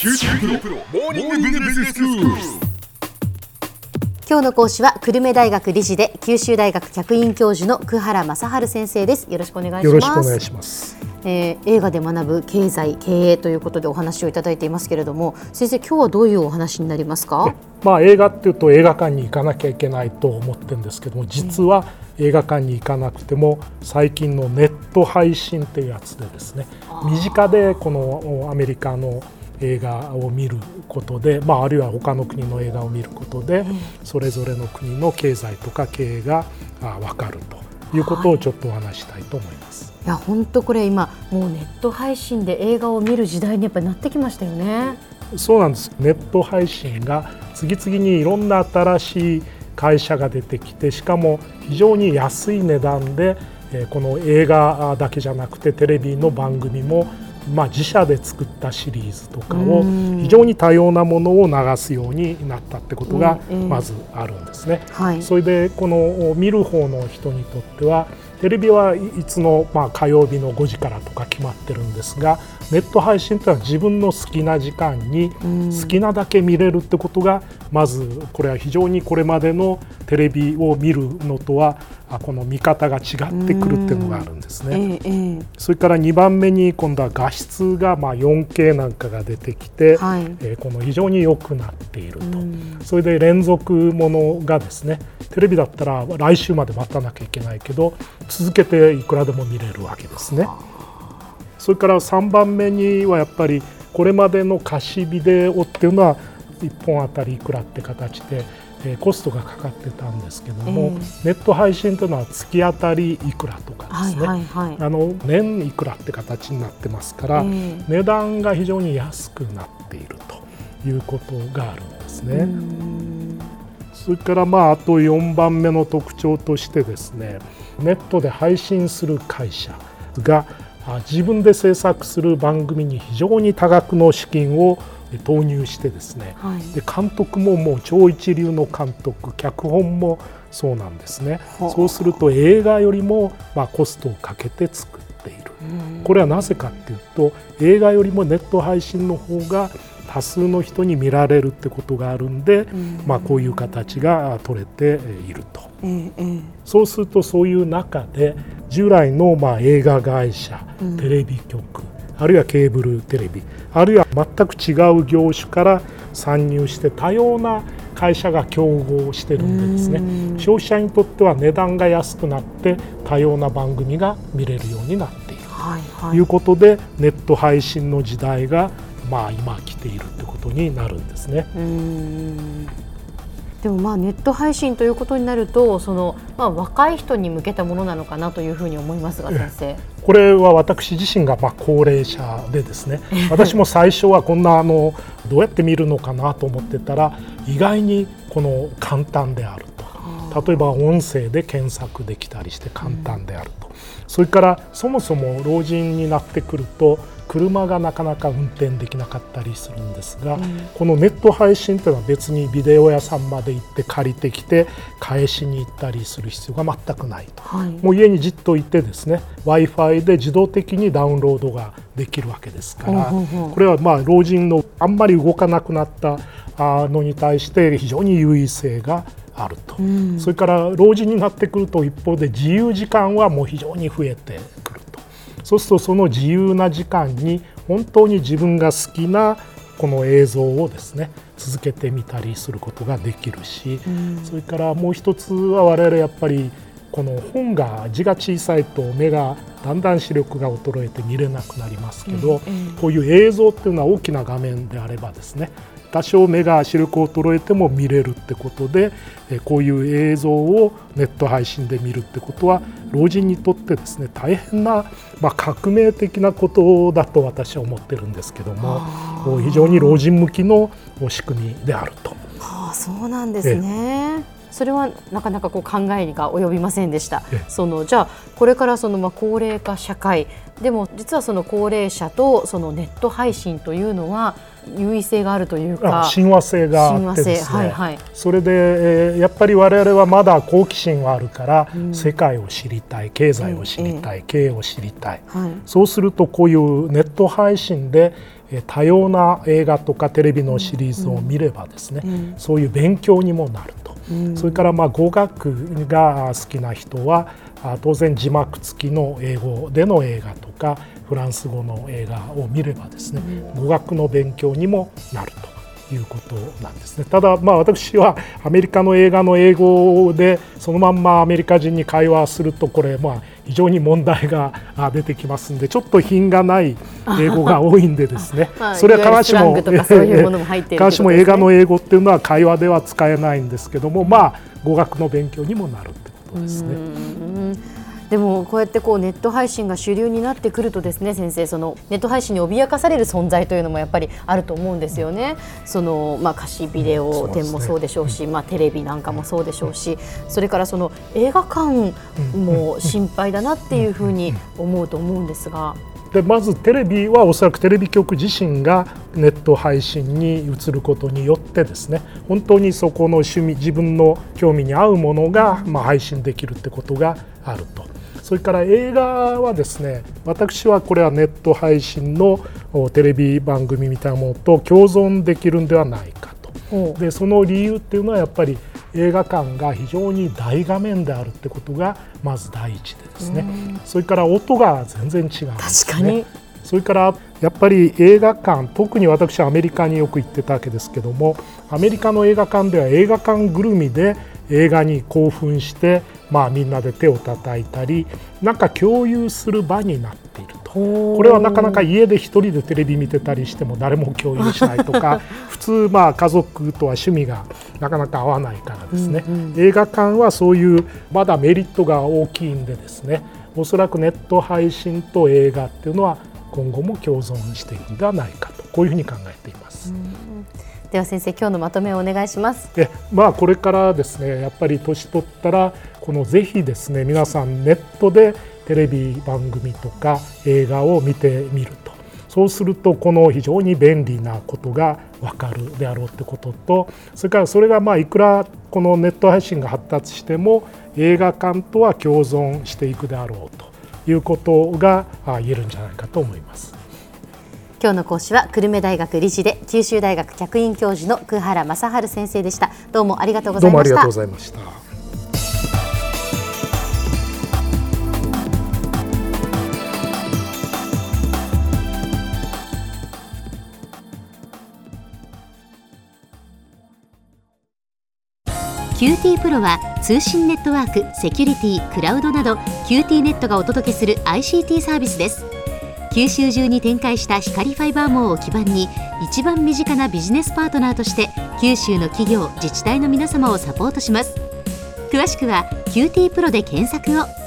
九州大学モーニングビジネススクール。 今日の講師は久留米大学理事で九州大学客員教授の久原正治先生です。よろしくお願いします。 よろしくお願いします。 映画で学ぶ経済経営ということでお話をいただいていますけれども、先生、今日はどういうお話になりますか？ 映画っていうと映画館に行かなきゃいけないと思ってるんですけども、実は映画館に行かなくても最近のネット配信っていうやつでですね、身近でこのアメリカの映画を見ることで、あるいは他の国の映画を見ることで、それぞれの国の経済とか経営が分かるということをちょっとお話したいと思います。 いや本当これ今もうネット配信で映画を見る時代にやっぱりなってきましたよね。 そうなんです。ネット配信が次々にいろんな新しい会社が出てきて、しかも非常に安い値段でこの映画だけじゃなくてテレビの番組も自社で作ったシリーズとかを非常に多様なものを流すようになったってことがまずあるんですね。それでこの見る方の人にとってはテレビはいつの火曜日の5時からとか決まってるんですが、ネット配信というのは自分の好きな時間に好きなだけ見れるってことがまずこれは非常にこれまでのテレビを見るのとはこの見方が違ってくるっていうのがあるんですね。それから2番目に今度は画質が4K なんかが出てきて、この非常に良くなっていると。それで連続ものがですね、テレビだったら来週まで待たなきゃいけないけど続けていくらでも見れるわけですね。それから3番目にはやっぱりこれまでの貸しビデオっていうのは1本あたりいくらって形でコストがかかってたんですけども、ネット配信というのは月当たりいくらとかですね、年いくらって形になってますから、値段が非常に安くなっているということがあるんですね。それからあと4番目の特徴としてですね、ネットで配信する会社が自分で制作する番組に非常に多額の資金を投入してですね、で監督ももう超一流の監督、脚本もそうなんですね。そうすると映画よりもコストをかけて作っている。これはなぜかっていうと、映画よりもネット配信の方が多数の人に見られるってことがあるんで、こういう形が取れていると。そうするとそういう中で従来の映画会社、テレビ局、あるいはケーブルテレビ、あるいは全く違う業種から参入して多様な会社が競合してるんでですね、消費者にとっては値段が安くなって多様な番組が見れるようになっているということで、ネット配信の時代が今来ているってことになるんですね。 でもネット配信ということになると若い人に向けたものなのかなというふうに思いますが、先生。 これは私自身が高齢者でですね、私も最初はこんなどうやって見るのかなと思ってたら意外に簡単であると。例えば音声で検索できたりして簡単であると。それからそもそも老人になってくると車がなかなか運転できなかったりするんですが、このネット配信というのは別にビデオ屋さんまで行って借りてきて返しに行ったりする必要が全くないと。もう家にじっといてですね、 Wi-Fi で自動的にダウンロードができるわけですから、これは老人のあんまり動かなくなったのに対して非常に優位性があると。それから老人になってくると一方で自由時間はもう非常に増えてくると。そうするとその自由な時間に本当に自分が好きなこの映像をですね続けてみたりすることができるし、それからもう一つは我々やっぱりこの本が字が小さいと目がだんだん視力が衰えて見れなくなりますけど、こういう映像っていうのは大きな画面であればですね、多少目が視力を衰えても見れるってことで、こういう映像をネット配信で見るってことは老人にとってですね大変な、革命的なことだと私は思ってるんですけども、非常に老人向きの仕組みであると。 そうなんですね。 それはなかなか考えが及びませんでした。じゃあこれから高齢化社会でも実は高齢者とネット配信というのは優位性があるというか親和性があってですね、それで、やっぱり我々はまだ好奇心はあるから、世界を知りたい、経済を知りたい、経営を知りたい、そうするとこういうネット配信で多様な映画とかテレビのシリーズを見ればですね、そういう勉強にもなると。それから語学が好きな人は当然字幕付きの英語での映画とかフランス語の映画を見ればですね、語学の勉強にもなるということなんですね。ただ私はアメリカの映画の英語でそのまんまアメリカ人に会話するとこれ非常に問題が出てきますんで、ちょっと品がない英語が多いんでですねそれは必ずしも映画の英語っていうのは会話では使えないんですけども、語学の勉強にもなるってことですね。 でもこうやってネット配信が主流になってくるとですね、先生ネット配信に脅かされる存在というのもやっぱりあると思うんですよね。貸しビデオ店もそうでしょうし、テレビなんかもそうでしょうし、それから映画館も心配だなっていうふうに思うと思うんですが、 でまずテレビはおそらくテレビ局自身がネット配信に移ることによってですね、本当にそこの趣味、自分の興味に合うものが配信できるってことがあると。それから映画はですね、私はこれはネット配信のテレビ番組みたいなものと共存できるんではないかと。でその理由っていうのはやっぱり映画館が非常に大画面であるってことがまず第一でですね、それから音が全然違うんですね。 確かに。 それからやっぱり映画館、特に私はアメリカによく行ってたわけですけども、アメリカの映画館では映画館ぐるみで映画に興奮してみんなで手を叩いたりなんか共有する場になっていると。これはなかなか家で一人でテレビ見てたりしても誰も共有しないとか普通家族とは趣味がなかなか合わないからですね、映画館はそういうまだメリットが大きいんでですね、おそらくネット配信と映画っていうのは今後も共存していくのではないかと、こういうふうに考えています。 では先生、今日のまとめをお願いします。 これからですね、やっぱり年取ったらぜひですね、皆さんネットでテレビ番組とか映画を見てみると、そうすると非常に便利なことが分かるであろうってことと、それからそれがいくらこのネット配信が発達しても映画館とは共存していくであろうということが言えるんじゃないかと思います。 今日の講師は久留米大学理事で九州大学客員教授の久原正治先生でした。どうもありがとうございました。 どうもありがとうございました。 QT プロは通信ネットワーク、セキュリティ、クラウドなど QT ネットがお届けする ICT サービスです。九州中に展開した光ファイバー網を基盤に一番身近なビジネスパートナーとして九州の企業、自治体の皆様をサポートします。詳しくは QT プロで検索を。